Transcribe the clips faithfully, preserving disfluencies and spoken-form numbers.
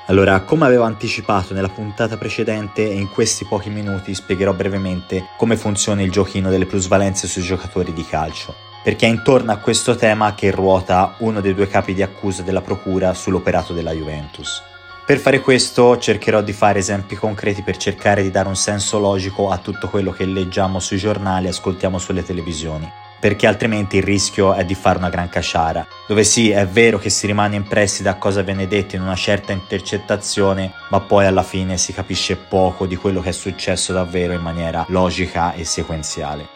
Allora, come avevo anticipato nella puntata precedente, in questi pochi minuti spiegherò brevemente come funziona il giochino delle plusvalenze sui giocatori di calcio, perché è intorno a questo tema che ruota uno dei due capi di accusa della procura sull'operato della Juventus. Per fare questo cercherò di fare esempi concreti per cercare di dare un senso logico a tutto quello che leggiamo sui giornali e ascoltiamo sulle televisioni, perché altrimenti il rischio è di fare una gran caciara, dove sì, è vero che si rimane impressi da cosa viene detto in una certa intercettazione, ma poi alla fine si capisce poco di quello che è successo davvero in maniera logica e sequenziale.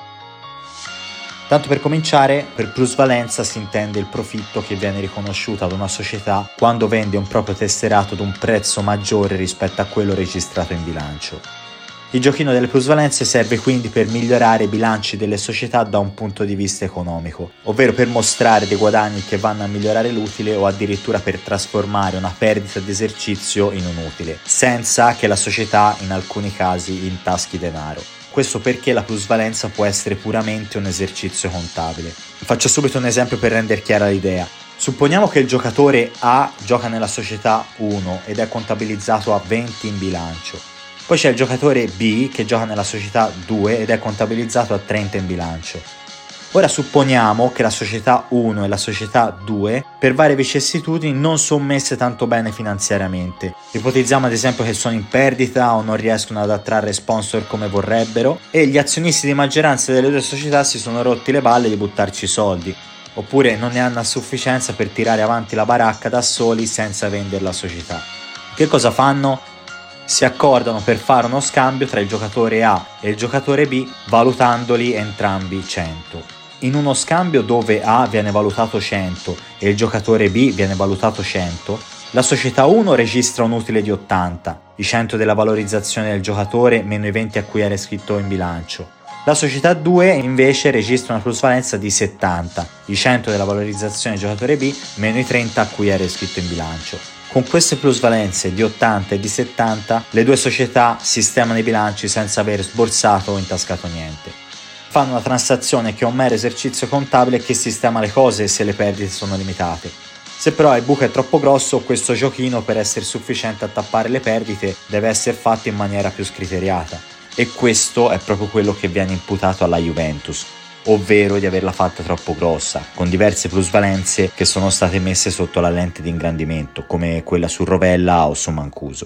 Tanto per cominciare, per plusvalenza si intende il profitto che viene riconosciuto ad una società quando vende un proprio tesserato ad un prezzo maggiore rispetto a quello registrato in bilancio. Il giochino delle plusvalenze serve quindi per migliorare i bilanci delle società da un punto di vista economico, ovvero per mostrare dei guadagni che vanno a migliorare l'utile o addirittura per trasformare una perdita di esercizio in un utile, senza che la società in alcuni casi intaschi denaro. Questo perché la plusvalenza può essere puramente un esercizio contabile. Faccio subito un esempio per rendere chiara l'idea. Supponiamo che il giocatore A gioca nella società uno ed è contabilizzato a venti in bilancio. Poi c'è il giocatore B che gioca nella società due ed è contabilizzato a trenta in bilancio. Ora supponiamo che la società uno e la società due per varie vicissitudini non sono messe tanto bene finanziariamente. Ipotizziamo ad esempio che sono in perdita o non riescono ad attrarre sponsor come vorrebbero e gli azionisti di maggioranza delle due società si sono rotti le balle di buttarci soldi, oppure non ne hanno a sufficienza per tirare avanti la baracca da soli senza vendere la società. Che cosa fanno? Si accordano per fare uno scambio tra il giocatore A e il giocatore B valutandoli entrambi cento. In uno scambio dove A viene valutato cento e il giocatore B viene valutato cento, la società uno registra un utile di ottanta, i cento della valorizzazione del giocatore meno i venti a cui era iscritto in bilancio. La società due invece registra una plusvalenza di settanta, i cento della valorizzazione del giocatore B meno i trenta a cui era iscritto in bilancio. Con queste plusvalenze di ottanta e di settanta, le due società sistemano i bilanci senza aver sborsato o intascato niente. Fanno una transazione che è un mero esercizio contabile che sistema le cose se le perdite sono limitate. Se però il buco è troppo grosso, questo giochino per essere sufficiente a tappare le perdite deve essere fatto in maniera più scriteriata. E questo è proprio quello che viene imputato alla Juventus, ovvero di averla fatta troppo grossa, con diverse plusvalenze che sono state messe sotto la lente di ingrandimento, come quella su Rovella o su Mancuso.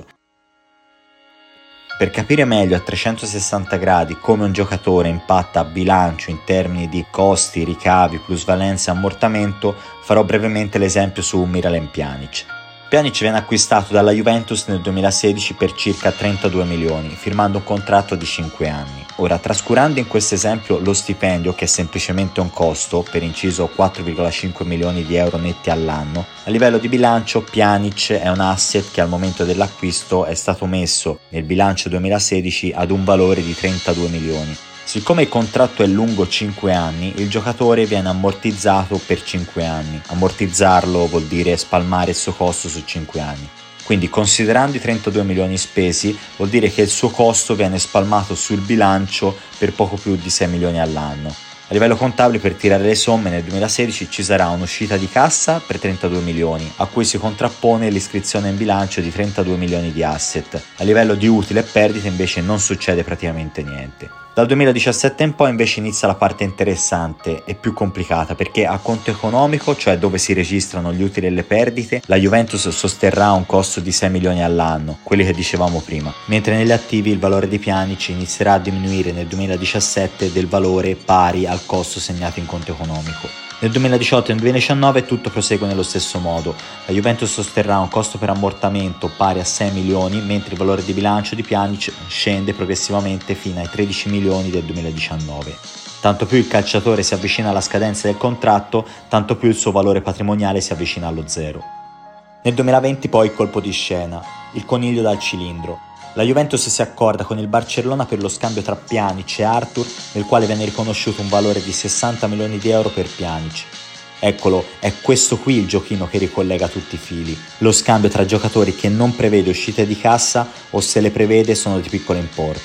Per capire meglio a trecentosessanta gradi come un giocatore impatta a bilancio in termini di costi, ricavi, plusvalenze e ammortamento, farò brevemente l'esempio su Miralem Pjanic. Pjanic viene acquistato dalla Juventus nel duemilasedici per circa trentadue milioni, firmando un contratto di cinque anni. Ora, trascurando in questo esempio lo stipendio, che è semplicemente un costo, per inciso quattro virgola cinque milioni di euro netti all'anno, a livello di bilancio Pjanic è un asset che al momento dell'acquisto è stato messo nel bilancio duemilasedici ad un valore di trentadue milioni. Siccome il contratto è lungo cinque anni, il giocatore viene ammortizzato per cinque anni. Ammortizzarlo vuol dire spalmare il suo costo su cinque anni. Quindi, considerando i trentadue milioni spesi, vuol dire che il suo costo viene spalmato sul bilancio per poco più di sei milioni all'anno. A livello contabile, per tirare le somme, nel duemilasedici ci sarà un'uscita di cassa per trentadue milioni, a cui si contrappone l'iscrizione in bilancio di trentadue milioni di asset. A livello di utile e perdite invece non succede praticamente niente. Dal duemiladiciassette in poi invece inizia la parte interessante e più complicata, perché a conto economico, cioè dove si registrano gli utili e le perdite, la Juventus sosterrà un costo di sei milioni all'anno, quelli che dicevamo prima, mentre negli attivi il valore di Pjanic inizierà a diminuire nel duemiladiciassette del valore pari al costo segnato in conto economico. Nel duemiladiciotto e nel duemiladiciannove tutto prosegue nello stesso modo. La Juventus sosterrà un costo per ammortamento pari a sei milioni, mentre il valore di bilancio di Pjanic scende progressivamente fino ai tredici milioni del duemiladiciannove. Tanto più il calciatore si avvicina alla scadenza del contratto, tanto più il suo valore patrimoniale si avvicina allo zero. Nel duemilaventi poi colpo di scena, il coniglio dal cilindro. La Juventus si accorda con il Barcellona per lo scambio tra Pjanic e Arthur, nel quale viene riconosciuto un valore di sessanta milioni di euro per Pjanic. Eccolo, è questo qui il giochino che ricollega tutti i fili, lo scambio tra giocatori che non prevede uscite di cassa o se le prevede sono di piccolo importo.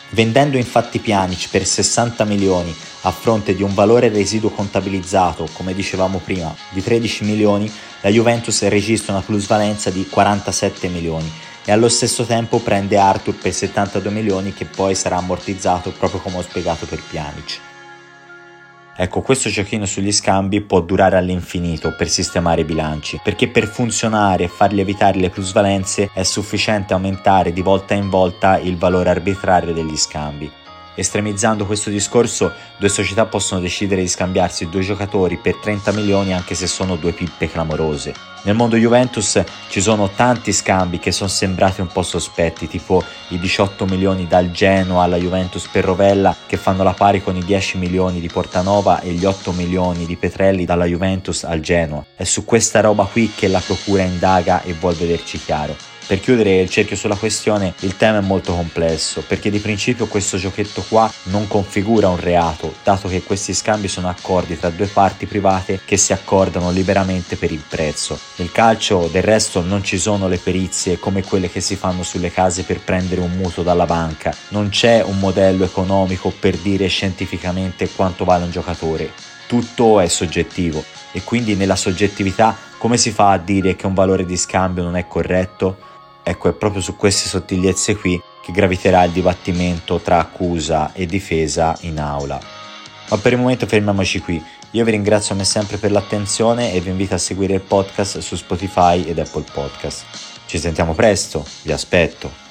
Vendendo infatti Pjanic per sessanta milioni a fronte di un valore residuo contabilizzato, come dicevamo prima, di tredici milioni, la Juventus registra una plusvalenza di quarantasette milioni e allo stesso tempo prende Arthur per settantadue milioni che poi sarà ammortizzato proprio come ho spiegato per Pjanic. Ecco, questo giochino sugli scambi può durare all'infinito per sistemare i bilanci, perché per funzionare e far lievitare le plusvalenze è sufficiente aumentare di volta in volta il valore arbitrario degli scambi. Estremizzando questo discorso, due società possono decidere di scambiarsi due giocatori per trenta milioni anche se sono due pippe clamorose. Nel mondo Juventus ci sono tanti scambi che sono sembrati un po' sospetti, tipo i diciotto milioni dal Genoa alla Juventus per Rovella che fanno la pari con i dieci milioni di Portanova e gli otto milioni di Petrelli dalla Juventus al Genoa. È su questa roba qui che la procura indaga e vuol vederci chiaro. Per chiudere il cerchio sulla questione, il tema è molto complesso, perché di principio questo giochetto qua non configura un reato, dato che questi scambi sono accordi tra due parti private che si accordano liberamente per il prezzo. Nel calcio, del resto, non ci sono le perizie come quelle che si fanno sulle case per prendere un mutuo dalla banca, non c'è un modello economico per dire scientificamente quanto vale un giocatore. Tutto è soggettivo e quindi nella soggettività come si fa a dire che un valore di scambio non è corretto? Ecco, è proprio su queste sottigliezze qui che graviterà il dibattimento tra accusa e difesa in aula. Ma per il momento fermiamoci qui. Io vi ringrazio come sempre per l'attenzione e vi invito a seguire il podcast su Spotify ed Apple Podcast. Ci sentiamo presto, vi aspetto.